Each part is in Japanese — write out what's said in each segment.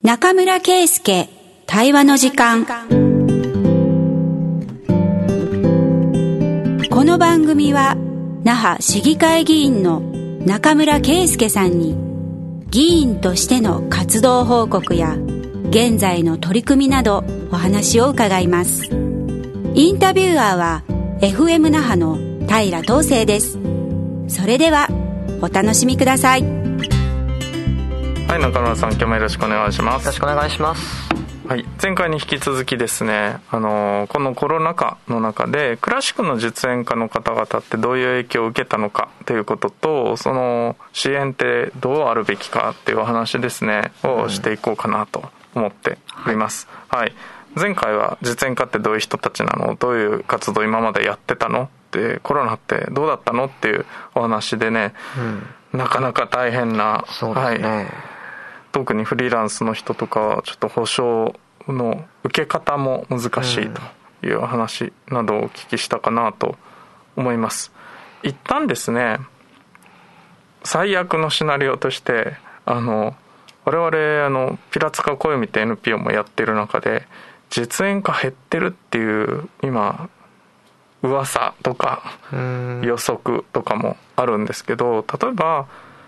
中村圭介対話の時間。この番組は那覇市議会議員の中村圭介さんに議員としての活動報告や現在の取り組みなどお話を伺います。インタビュアーは FM 那覇の平東成です。それではお楽しみください。 はい、中村さん、今日もよろしくお願いします。 よろしくお願いします。 はい、前回に引き続きですね、このコロナ禍の中でクラシックの実演家の方々ってどういう影響を受けたのかということと、その支援ってどうあるべきかっていうお話ですねをしていこうかなと思っております。はい、前回は実演家ってどういう人たちなの、どういう活動今までやってたのって、コロナってどうだったのっていうお話でね、なかなか大変な、 そうですね、 はい、特にフリーランスの人とかはちょっと保証の受け方も難しいという話などをお聞きしたかなと思います。一旦ですね、最悪のシナリオとして我々ピラツカ暦って NPO もやってる中で実演家減ってるっていう今噂とか予測とかもあるんですけど、例えば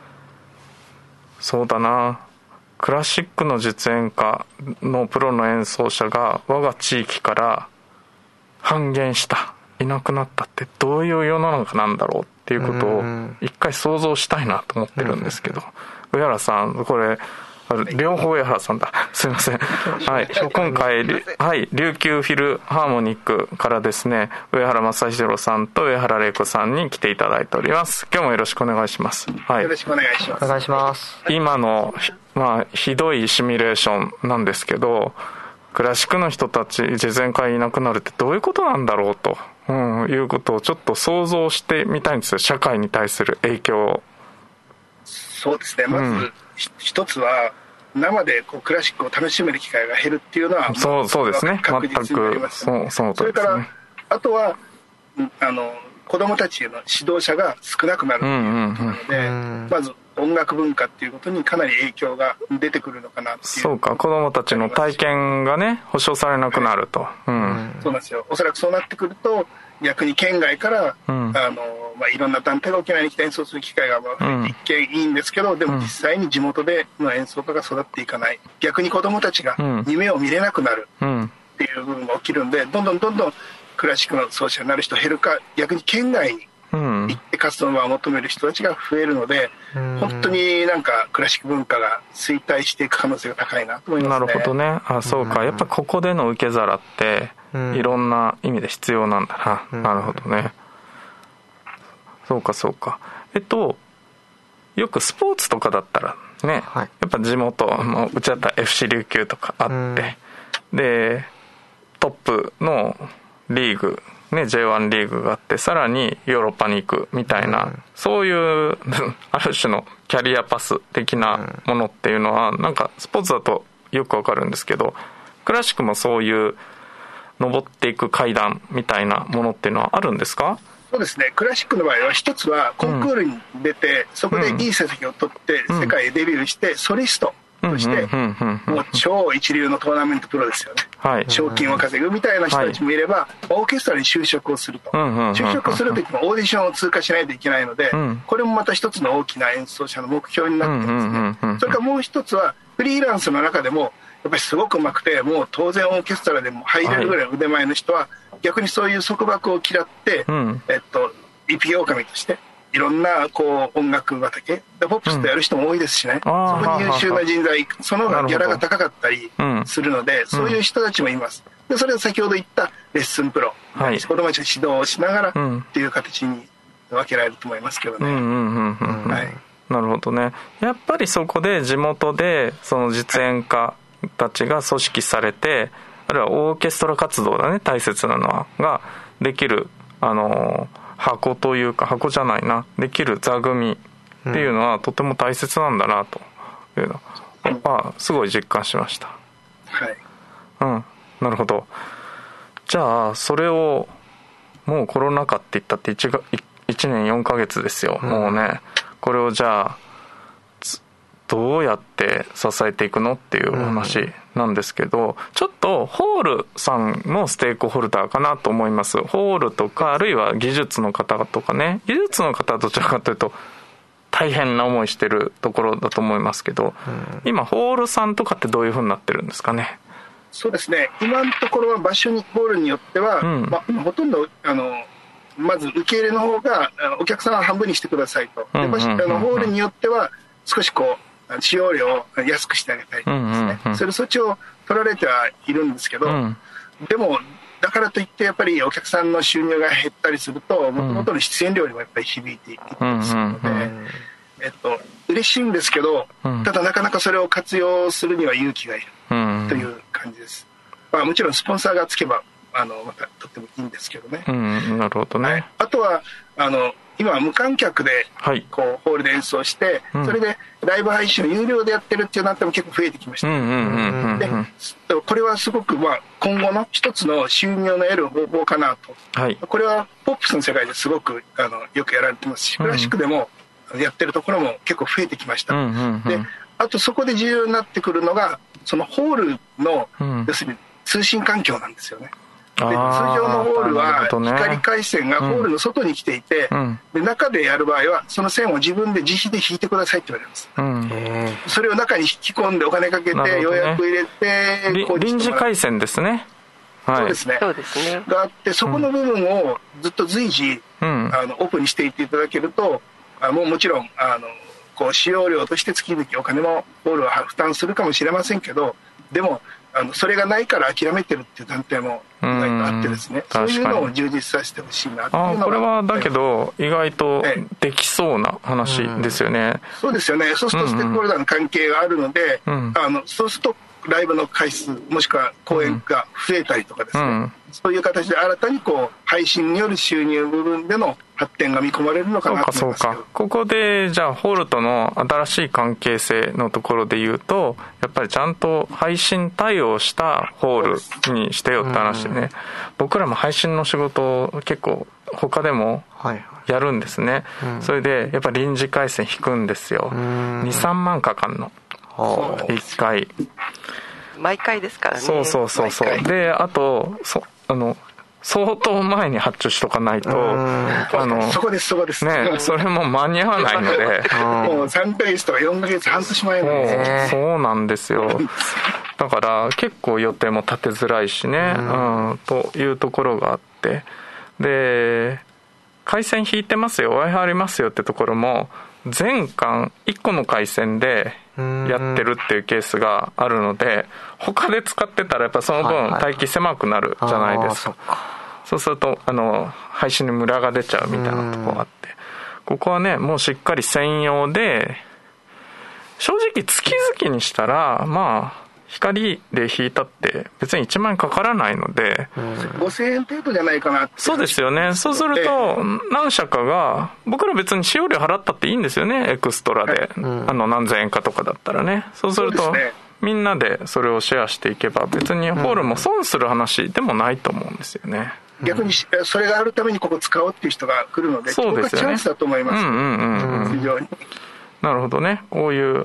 そうだな、クラシックの実演家のプロの演奏者が我が地域から半減した、いなくなったってどういう世の中なんだろうっていうことを一回想像したいなと思ってるんですけど、上原さん、これ両方上原さんだ、すいません。はい、今回、はい、琉球フィルハーモニックからですね、上原正宏さんと上原玲子さんに来ていただいております。今日もよろしくお願いします。はい、 よろしくお願いします。 お願いします。 今のひどいシミュレーションなんですけど、クラシックの人たち実演会いなくなるってどういうことなんだろうと、いうことをちょっと想像してみたいんですよ、社会に対する影響を。 そうですね、まず一つは生でクラシックを楽しめる機会が減るっていうのはそうですね、 確実にあります、ね、それからあとは子どもたちへの指導者が少なくなるということなので、まず音楽文化っていうことにかなり影響が出てくるのかなっていう。 そうか、子どもたちの体験がね保障されなくなると、 そうなんですよ。おそらくそうなってくると逆に県外から、いろんな団体が沖縄に来て演奏する機会が一見いいんですけど、でも実際に地元での演奏家が育っていかない、逆に子どもたちが夢を見れなくなるっていう部分が起きるんで、どんどんクラシックの奏者になる人減るか、逆に県外に行って活動の場を求める人たちが増えるので、本当になんかクラシック文化が衰退していく可能性が高いなと思いますね。 なるほどね。そうか、やっぱここでの受け皿っていろんな意味で必要なんだな。なるほどね。そうか。よくスポーツとかだったらね、やっぱ地元のうちだったら FC 琉球とかあって、でトップのリーグね、J1 リーグがあって、さらにヨーロッパに行くみたいな、そういうある種のキャリアパス的なものっていうのはなんかスポーツだとよくわかるんですけど、クラシックもそういう登っていく階段みたいなものっていうのはあるんですか？ そうですね、クラシックの場合は一つはコンクールに出て、そこでいい成績を取って世界へデビューしてソリストとしてもう超一流のトーナメントプロですよね、はい、賞金を稼ぐみたいな人たちもいれば、オーケストラに就職をすると、就職するときもオーディションを通過しないといけないので、これもまた一つの大きな演奏者の目標になってますね。それからもう一つはフリーランスの中でもやっぱりすごく上手くて、もう当然オーケストラでも入れるぐらいの腕前の人は逆にそういう束縛を嫌って、一匹狼としていろんな音楽畑でポップスとやる人も多いですしね、そこに優秀な人材、その方がギャラが高かったりするので、そういう人たちもいます。でそれは先ほど言ったレッスンプロ、子どもたちが指導をしながらっていう形に分けられると思いますけどね。 なるほどね。やっぱりそこで地元でその実演家たちが組織されて、あるいはオーケストラ活動だね、大切なのはができる箱というか、箱じゃないな、できる座組っていうのはとても大切なんだなというのはすごい実感しました。なるほど。じゃあそれをもうコロナ禍って言ったって1年4ヶ月ですよ、もうね。これをじゃあどうやって支えていくのっていう話なんですけど、ちょっとホールさんのステークホルダーかなと思います。ホールとかあるいは技術の方とかね、技術の方はどちらかというと大変な思いしてるところだと思いますけど、今ホールさんとかってどういう風になってるんですかね。 そうですね、今のところは場所にホールによっては、ほとんどまず受け入れの方がお客さんは半分にしてくださいと、でホールによっては少しこう使用料を安くしてあげたいとですね、そういう措置を取られてはいるんですけど、でもだからといってやっぱりお客さんの収入が減ったりするともともとの出演料にもやっぱり響いていきますので、嬉しいんですけど、ただなかなかそれを活用するには勇気がいるという感じです。もちろんスポンサーがつけばまたとってもいいんですけどね。 なるほどね。 あとは今は無観客でこうホールで演奏して、それでライブ配信を有料でやってるっていうのも結構増えてきました。でこれはすごく今後の一つの収入の得る方法かなと、これはポップスの世界ですごくよくやられてますし、クラシックでもやってるところも結構増えてきました。であとそこで重要になってくるのがそのホールの、要するに通信環境なんですよね。で通常のホールは光回線がホールの外に来ていて、で中でやる場合はその線を自分で自費で引いてくださいって言われます。それを中に引き込んでお金かけて予約入れて、 臨時回線ですね。 そうですね。があって、そこの部分をずっと随時オープンにしていっていただけると、もちろんこう使用料として月々お金もホールは負担するかもしれませんけど、でもそれがないから諦めてるっていう団体も意外とあってですね、そういうのを充実させてほしいなっていうのが。 これはだけど意外とできそうな話ですよね。 そうですよね。そうするとステークホルダーの関係があるので、そうするとライブの回数もしくは公演が増えたりとかですね、そういう形で新たにこう配信による収入部分での発展が見込まれるのかなと思いますけど。 そうか。ここでじゃあホールとの新しい関係性のところで言うと、やっぱりちゃんと配信対応したホールにしてよって話でね、僕らも配信の仕事を結構他でもやるんですね。それでやっぱ臨時回線引くんですよ。2、3万かかんの。1回。 毎回ですからね。 そうで、あと相当前に発注しとかないとそこですね、それも間に合わないのでもう3ヶ月とか4ヶ月半年前のそうなんですよ。だから結構予定も立てづらいしね、というところがあって、で回線引いてますよ Wi-Fi ありますよってところも全館1個の回線でやってるっていうケースがあるので、他で使ってたらやっぱその分帯域狭くなるじゃないですか。そうすると配信にムラが出ちゃうみたいなところがあって、ここはねもうしっかり専用で、正直月々にしたら光で引いたって別に1万円かからないので、 5000円程度じゃないかなって。 そうですよね。そうすると何社かが、僕ら別に使用料払ったっていいんですよね、エクストラで、何千円かとかだったらね。そうするとみんなでそれをシェアしていけば別にホールも損する話でもないと思うんですよね。 逆にそれがあるためにここ使おうっていう人が来るので、 そうですよね、 チャンスだと思います。非常に。 なるほどね。こういう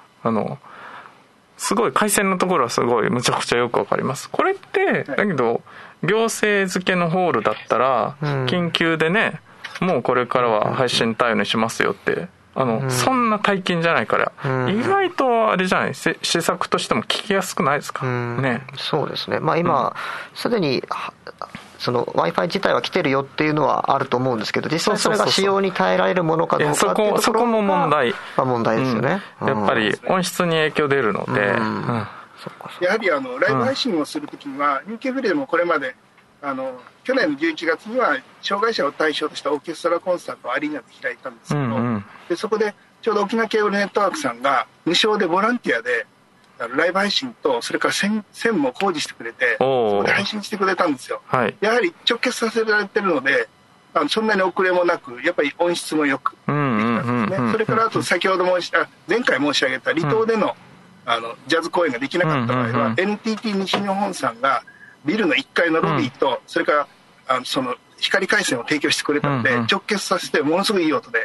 すごい回線のところはすごいむちゃくちゃよくわかります。これってだけど行政付けのホールだったら緊急でね、もうこれからは配信対応にしますよってそんな大金じゃないから、意外とあれじゃない、施策としても聞きやすくないですかね。 そうですね。今すでにその Wi-Fi 自体は来てるよっていうのはあると思うんですけど、実際それが使用に耐えられるものかどうかっていうところがそこも問題ですよね。 やっぱり音質に影響出るので、 やはりライブ配信をするときには UK フリでもこれまで去年の11月には障害者を対象としたオーケストラコンサートをアリーナで開いたんですけど、でそこでちょうど沖縄ケーブルネットワークさんが無償でボランティアでライブ配信とそれから線も工事してくれて、そこで配信してくれたんですよ。やはり直結させられてるのでそんなに遅れもなく、やっぱり音質もよくできたんですね。それからあと先ほど前回申し上げた離島でのジャズ公演ができなかった場合は NTT 西日本さんがビルの1階のロビーとそれからその光回線を提供してくれたので、直結させてものすごいいい音で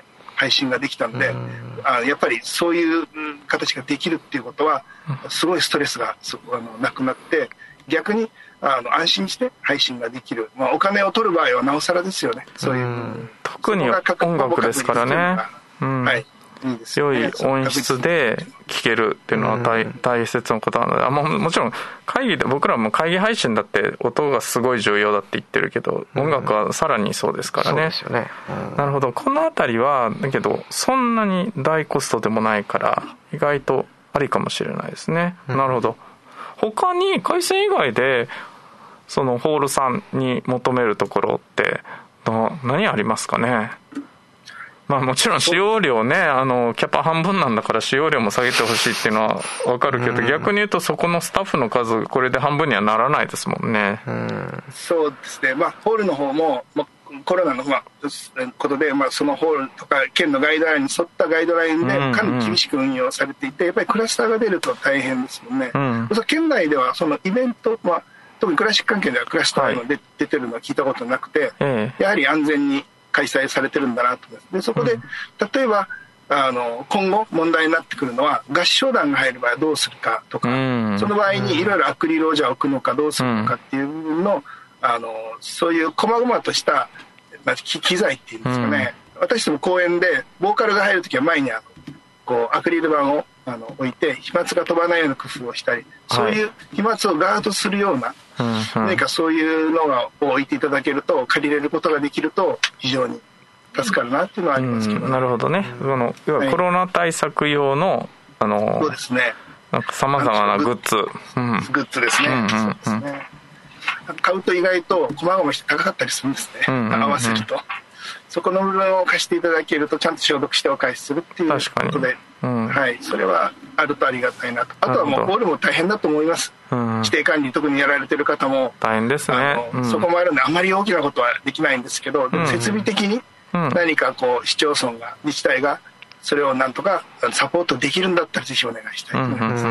配信ができたんで、やっぱりそういう形ができるっていうことはすごいストレスがなくなって、逆に安心して配信ができる、お金を取る場合はなおさらですよね。そういう特に音楽ですからね、はい、いいですよね。良い音質で聴けるっていうのは大切なことなので、もちろん会議で僕らも会議配信だって音がすごい重要だって言ってるけど、音楽はさらにそうですからね。 そうですよね。 なるほど。このあたりはだけどそんなに大コストでもないから意外とありかもしれないですね。なるほど。他に回線以外でそのホールさんに求めるところって何ありますかね。もちろん使用量ね、キャパ半分なんだから使用量も下げてほしいっていうのは分かるけど、逆に言うとそこのスタッフの数これで半分にはならないですもんね。 そうですね。ホールの方も、コロナのことで、そのホールとか県のガイドラインに沿ったガイドラインでかなり厳しく運用されていて、やっぱりクラスターが出ると大変ですもんね。県内ではそのイベント、特にクラシック関係ではクラスターが出てるのは聞いたことなくて、やはり安全に開催されてるんだなと思います。でそこで例えば今後問題になってくるのは合唱団が入る場合はどうするかとか、その場合にいろいろアクリルをじゃあ置くのかどうするのかっていうのをそういう細々とした機材っていうんですかね、私ども公演でボーカルが入るときは前にこうアクリル板を置いて飛沫が飛ばないような工夫をしたり、そういう飛沫をガードするような何かそういうのを置いていただけると、借りれることができると非常に助かるなっていうのはありますけど、 なるほどね。要はコロナ対策用のそうですね、 さまざまなグッズ、 グッズですね。そうですね。買うと意外と細々して高かったりするんですね、合わせると。そこの部分を貸していただけるとちゃんと消毒してお返しするっていうことで、はい、それはあるとありがたいなと。あとはもうホールも大変だと思います。指定管理特にやられてる方も大変ですね。 そこもあるんであまり大きなことはできないんですけど、設備的に何かこう市町村が自治体がそれをなんとかサポートできるんだったらぜひお願いしたいと思います。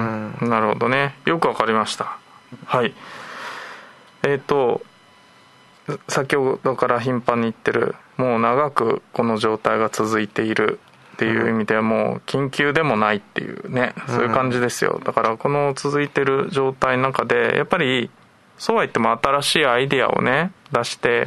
なるほどね。よくわかりました。はい。先ほどから頻繁に言ってる、もう長くこの状態が続いているっていう意味ではもう緊急でもないっていうね、そういう感じですよ。だからこの続いてる状態の中でやっぱりそうは言っても新しいアイディアをね出して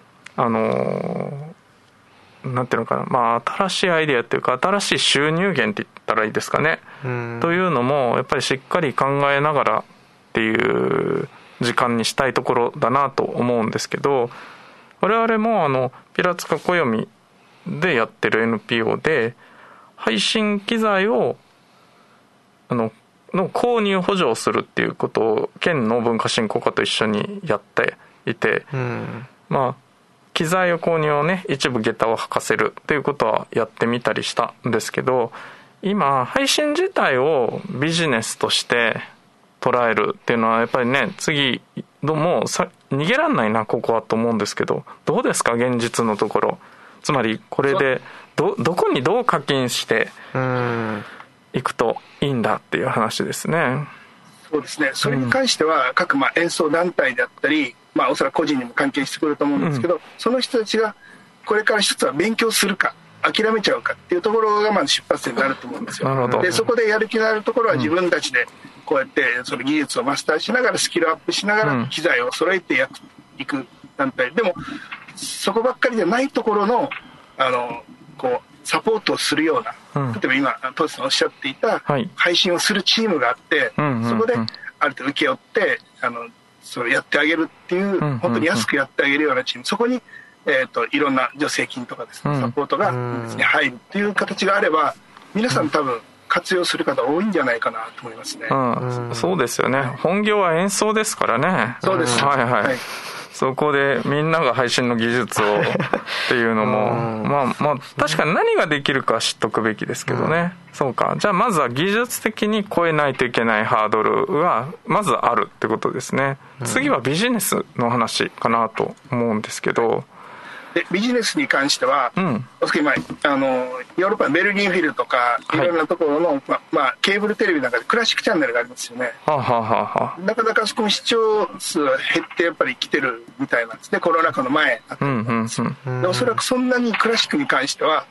なんていうのかな、新しいアイディアっていうか新しい収入源って言ったらいいですかね、というのもやっぱりしっかり考えながらっていう時間にしたいところだなと思うんですけど、我々もピラツカ暦でやってる NPO で配信機材をの購入補助をするっていうことを県の文化振興課と一緒にやっていて、機材を購入をね一部下駄を履かせるっていうことはやってみたりしたんですけど、今配信自体をビジネスとして捉えるっていうのはやっぱりね、次もう逃げらんないなここはと思うんですけど、どうですか現実のところ。つまりこれでどこにどう課金していくといいんだっていう話ですね。 そうですね。それに関しては各演奏団体であったり、おそらく個人にも関係してくると思うんですけど、その人たちがこれから一つは勉強するか諦めちゃうかっていうところがまず出発点になると思うんですよ。 なるほど。 でそこでやる気のあるところは自分たちでこうやってその技術をマスターしながらスキルアップしながら機材を揃えてやっていく団体、でもそこばっかりじゃないところのこうサポートをするような、例えば今トシさんおっしゃっていた配信をするチームがあって、そこである程度請け負ってそれやってあげるっていう、本当に安くやってあげるようなチーム、そこにいろんな助成金とかですね、サポートが入るっていう形があれば皆さん多分活用する方多いんじゃないかなと思いますね。 そうですよね。本業は演奏ですからね。 そうです。はい。 そこでみんなが配信の技術をっていうのも確かに何ができるか知っとくべきですけどね。そうか。じゃあまずは技術的に超えないといけないハードルがまずあるってことですね。次はビジネスの話かなと思うんですけど、 でビジネスに関しては、おそらく今ヨーロッパのベルリンフィルとかいろんなところの、ケーブルテレビなんかでクラシックチャンネルがありますよね。なかなかそこも視聴数が減ってやっぱり来てるみたいなんですね。コロナ禍の前だったんですよ。でおそらくそんなにクラシックに関しては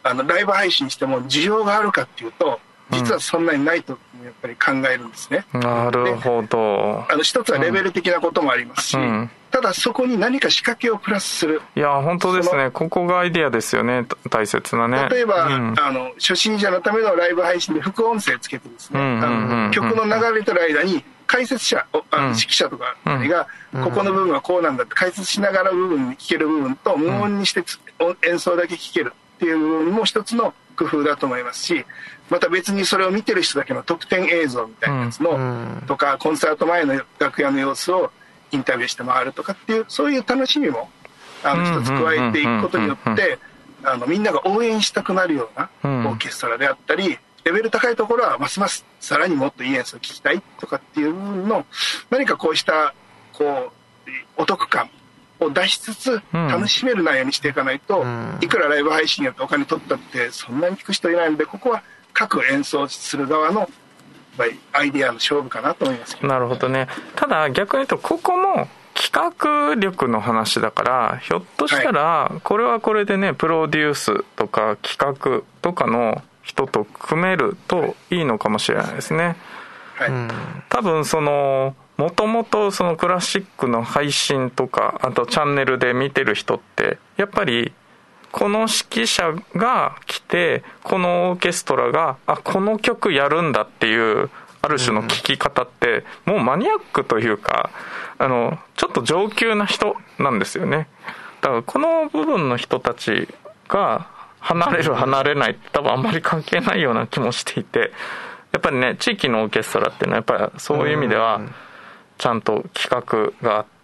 ライブ配信しても需要があるかっていうと実はそんなにないとやっぱり考えるんですね。 なるほど。 一つはレベル的なこともありますし、ただそこに何か仕掛けをプラスする。 いや本当ですね。ここがアイデアですよね。大切なね。 例えば、初心者のためのライブ配信で副音声つけてですね、曲の流れてる間に解説者、指揮者とかが、ここの部分はこうなんだって解説しながら聞ける部分と無音にして演奏だけ聴けるっていう部分も一つの工夫だと思いますし、また別にそれを見てる人だけの特典映像みたいなやつのとか、コンサート前の楽屋の様子をインタビューして回るとかっていう、そういう楽しみも一つ加えていくことによってみんなが応援したくなるようなオーケストラであったり、レベル高いところはますますさらにもっといい演奏を聴きたいとかっていう部分の何かこうしたお得感を出しつつ楽しめる内容にしていかないと、いくらライブ配信やってお金取ったってそんなに聞く人いないので、ここは各演奏する側のやっぱりアイデアの勝負かなと思います。 なるほどね。ただ逆に言うとここも企画力の話だから、ひょっとしたらこれはこれでね、プロデュースとか企画とかの人と組めるといいのかもしれないですね。多分もともとそのクラシックの配信とか、あとチャンネルで見てる人ってやっぱりこの指揮者が来てこのオーケストラがこの曲やるんだっていうある種の聞き方ってもうマニアックというかちょっと上級な人なんですよね。だからこの部分の人たちが離れる離れないって多分あんまり関係ないような気もしていて、やっぱりね地域のオーケストラっていうのはやっぱりそういう意味ではちゃんと企画があって、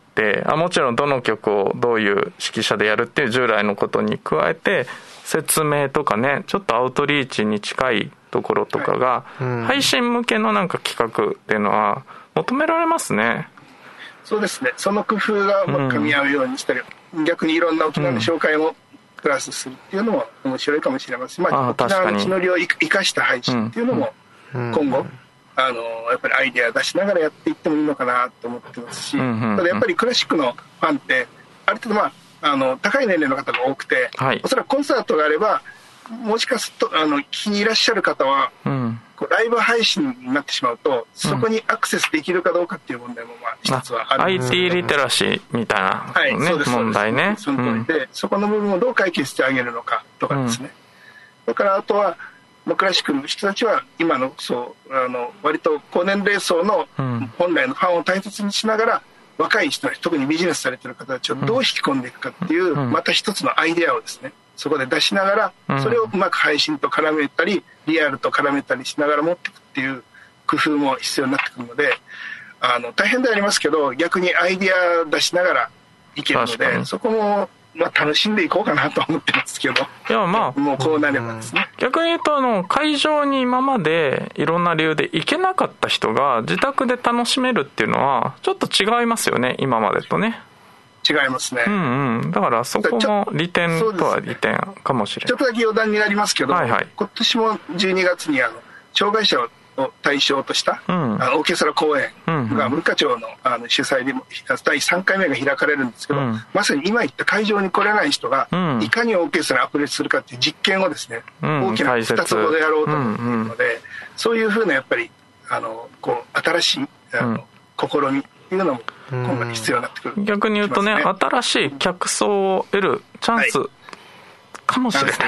もちろんどの曲をどういう指揮者でやるっていう従来のことに加えて説明とかね、ちょっとアウトリーチに近いところとかが配信向けのなんか企画っていうのは求められますね。 そうですね。その工夫がうまく噛み合うようにしたり、逆にいろんな沖縄の紹介もプラスするっていうのも面白いかもしれません。沖縄の地の利を生かした配信っていうのも今後やっぱりアイデア出しながらやっていってもいいのかなと思ってますし、ただやっぱりクラシックのファンってある程度高い年齢の方が多くて、おそらくコンサートがあればもしかすると聞きにいらっしゃる方は、ライブ配信になってしまうとそこにアクセスできるかどうかっていう問題も一つはあるんですけど、 IT リテラシーみたいな、問題ね。 その通りで、そこの部分をどう解決してあげるのかとかですね。だからあとはクラシックの人たちは今の割と高年齢層の本来のファンを大切にしながら、若い人たち、特にビジネスされてる方たちをどう引き込んでいくかっていうまた一つのアイデアをですね、そこで出しながら、それをうまく配信と絡めたりリアルと絡めたりしながら持っていくっていう工夫も必要になってくるので、大変でありますけど逆にアイデア出しながらいけるので、そこも楽しんでいこうかなと思ってますけど、 いやもうこうなればですね。 逆に言うと会場に今までいろんな理由で行けなかった人が自宅で楽しめるっていうのはちょっと違いますよね、今までとね。 違いますね。 だからそこも利点とは利点かもしれない。 ちょっとだけ余談になりますけど、今年も12月に障害者を対象とした、オーケストラ公演が文化庁の主催で第3回目が開かれるんですけど、まさに今言った会場に来れない人がいかにオーケストラにアプローチするかっていう実験をですね、大きな2つほどやろうと思っているので、そういうふうなやっぱり新しい試みっていうのも今後必要になってくる。 逆に言うとね、新しい客層を得るチャンスかもしれない。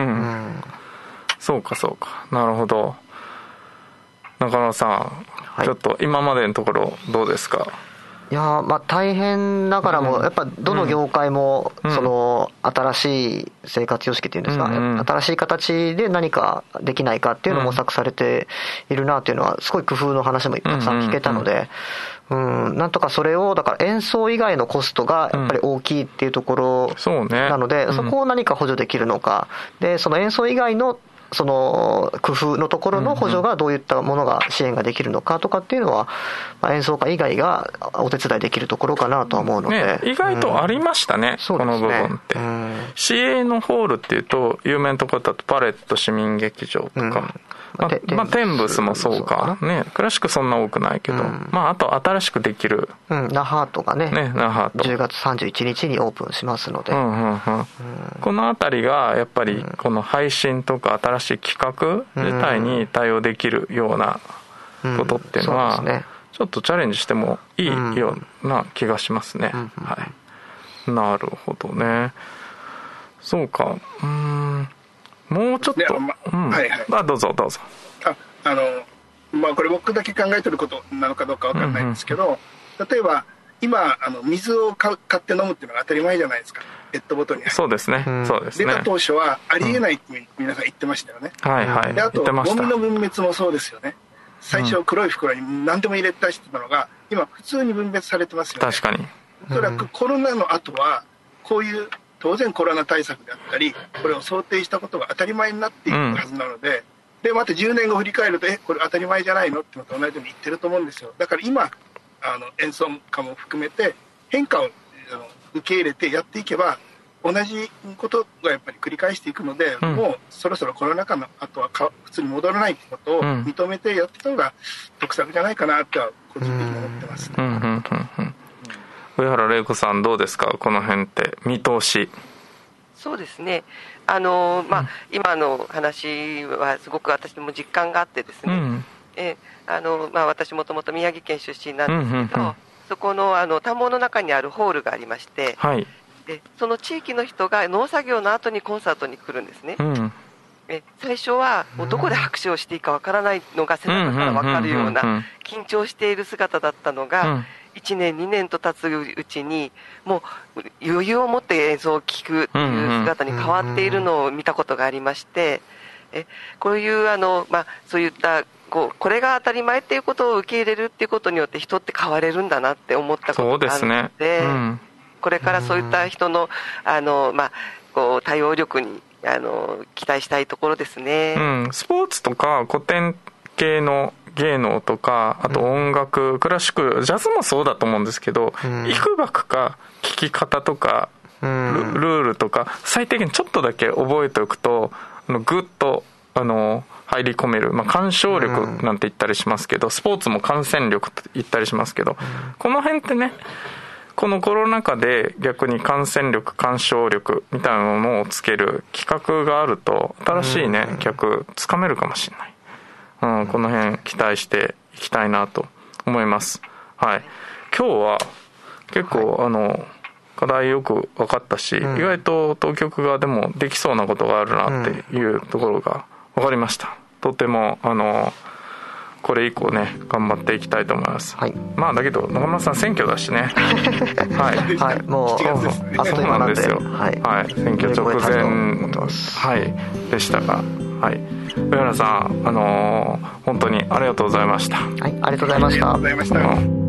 そうかそうか、なるほど。中野さん、ちょっと今までのところどうですか？ いや大変ながらもやっぱどの業界も新しい生活様式っていうんですか、新しい形で何かできないかっていうのを模索されているなっていうのはすごい工夫の話もたくさん聞けたので、なんとかそれをだから演奏以外のコストがやっぱり大きいっていうところなので、そこを何か補助できるのかで、その演奏以外のその工夫のところの補助がどういったものが支援ができるのかとかっていうのは、演奏家以外がお手伝いできるところかなとは思うので、 意外とありましたね、この部分って。市営のホールっていうと有名なところだとパレット市民劇場とか、 テンブスもそうかね。クラシックそんな多くないけど、あと新しくできる、 那覇とかね、 那覇と 10月31日にオープンしますので、 この辺りがやっぱりこの配信とか新しい企画自体に対応できるようなことっていうのは、ちょっとチャレンジしてもいいような気がしますね。はい、なるほどね。そうか。もうちょっと、どうぞ。 これ僕だけ考えてることなのかどうかわかんないんですけど、例えば今水を買って飲むっていうのが当たり前じゃないですか、ペットボトルに入って。 そうですね、 出た当初はありえないって皆さん言ってましたよね。であとゴミの分別もそうですよね。最初黒い袋に何でも入れ出してたのが今普通に分別されてますよね。 確かに。 おそらくコロナの後はこういう当然コロナ対策であったりこれを想定したことが当たり前になっていくはずなので、でまた10年後振り返るとこれ当たり前じゃないのってのと同じように言ってると思うんですよ。だから今演奏家も含めて変化を受け入れてやっていけば同じことがやっぱり繰り返していくので、もうそろそろコロナ禍の後は普通に戻らないってことを認めてやってたのが得策じゃないかなとは個人的に思ってますね。 上原玲子さんどうですか、この辺って見通し。 そうですね、今の話はすごく私も実感があってですね、私もともと宮城県出身なんですけど、そこの田んぼの中にあるホールがありまして、でその地域の人が農作業の後にコンサートに来るんですね。最初はもうどこで拍手をしていいかわからないのが背中からわかるような緊張している姿だったのが、1年2年と経つうちにもう余裕を持って演奏を聴くという姿に変わっているのを見たことがありまして、こういうそういったこれが当たり前っていうことを受け入れるっていうことによって人って変われるんだなって思ったことがあるので、これからそういった人の対応力に期待したいところですね。 スポーツとか古典系の芸能とか、あと音楽、クラシック、ジャズもそうだと思うんですけど、いくばくか聴き方とか、ルールとか最低限ちょっとだけ覚えておくとグッと入り込める、鑑賞力なんて言ったりしますけど、スポーツも観戦力って言ったりしますけど、この辺ってね、このコロナ禍で逆に観戦力、鑑賞力みたいなものをつける企画があると新しいね、客つかめるかもしれない。この辺期待していきたいなと思います。はい。今日は結構、課題よく分かったし、意外と当局側でもできそうなことがあるなっていうところが分かりました。とてもこれ以降ね頑張っていきたいと思います。だけど中村さん選挙だしね。 もうそうなんですよ。選挙直前でしたが、上原さん本当にありがとうございました。 ありがとうございました。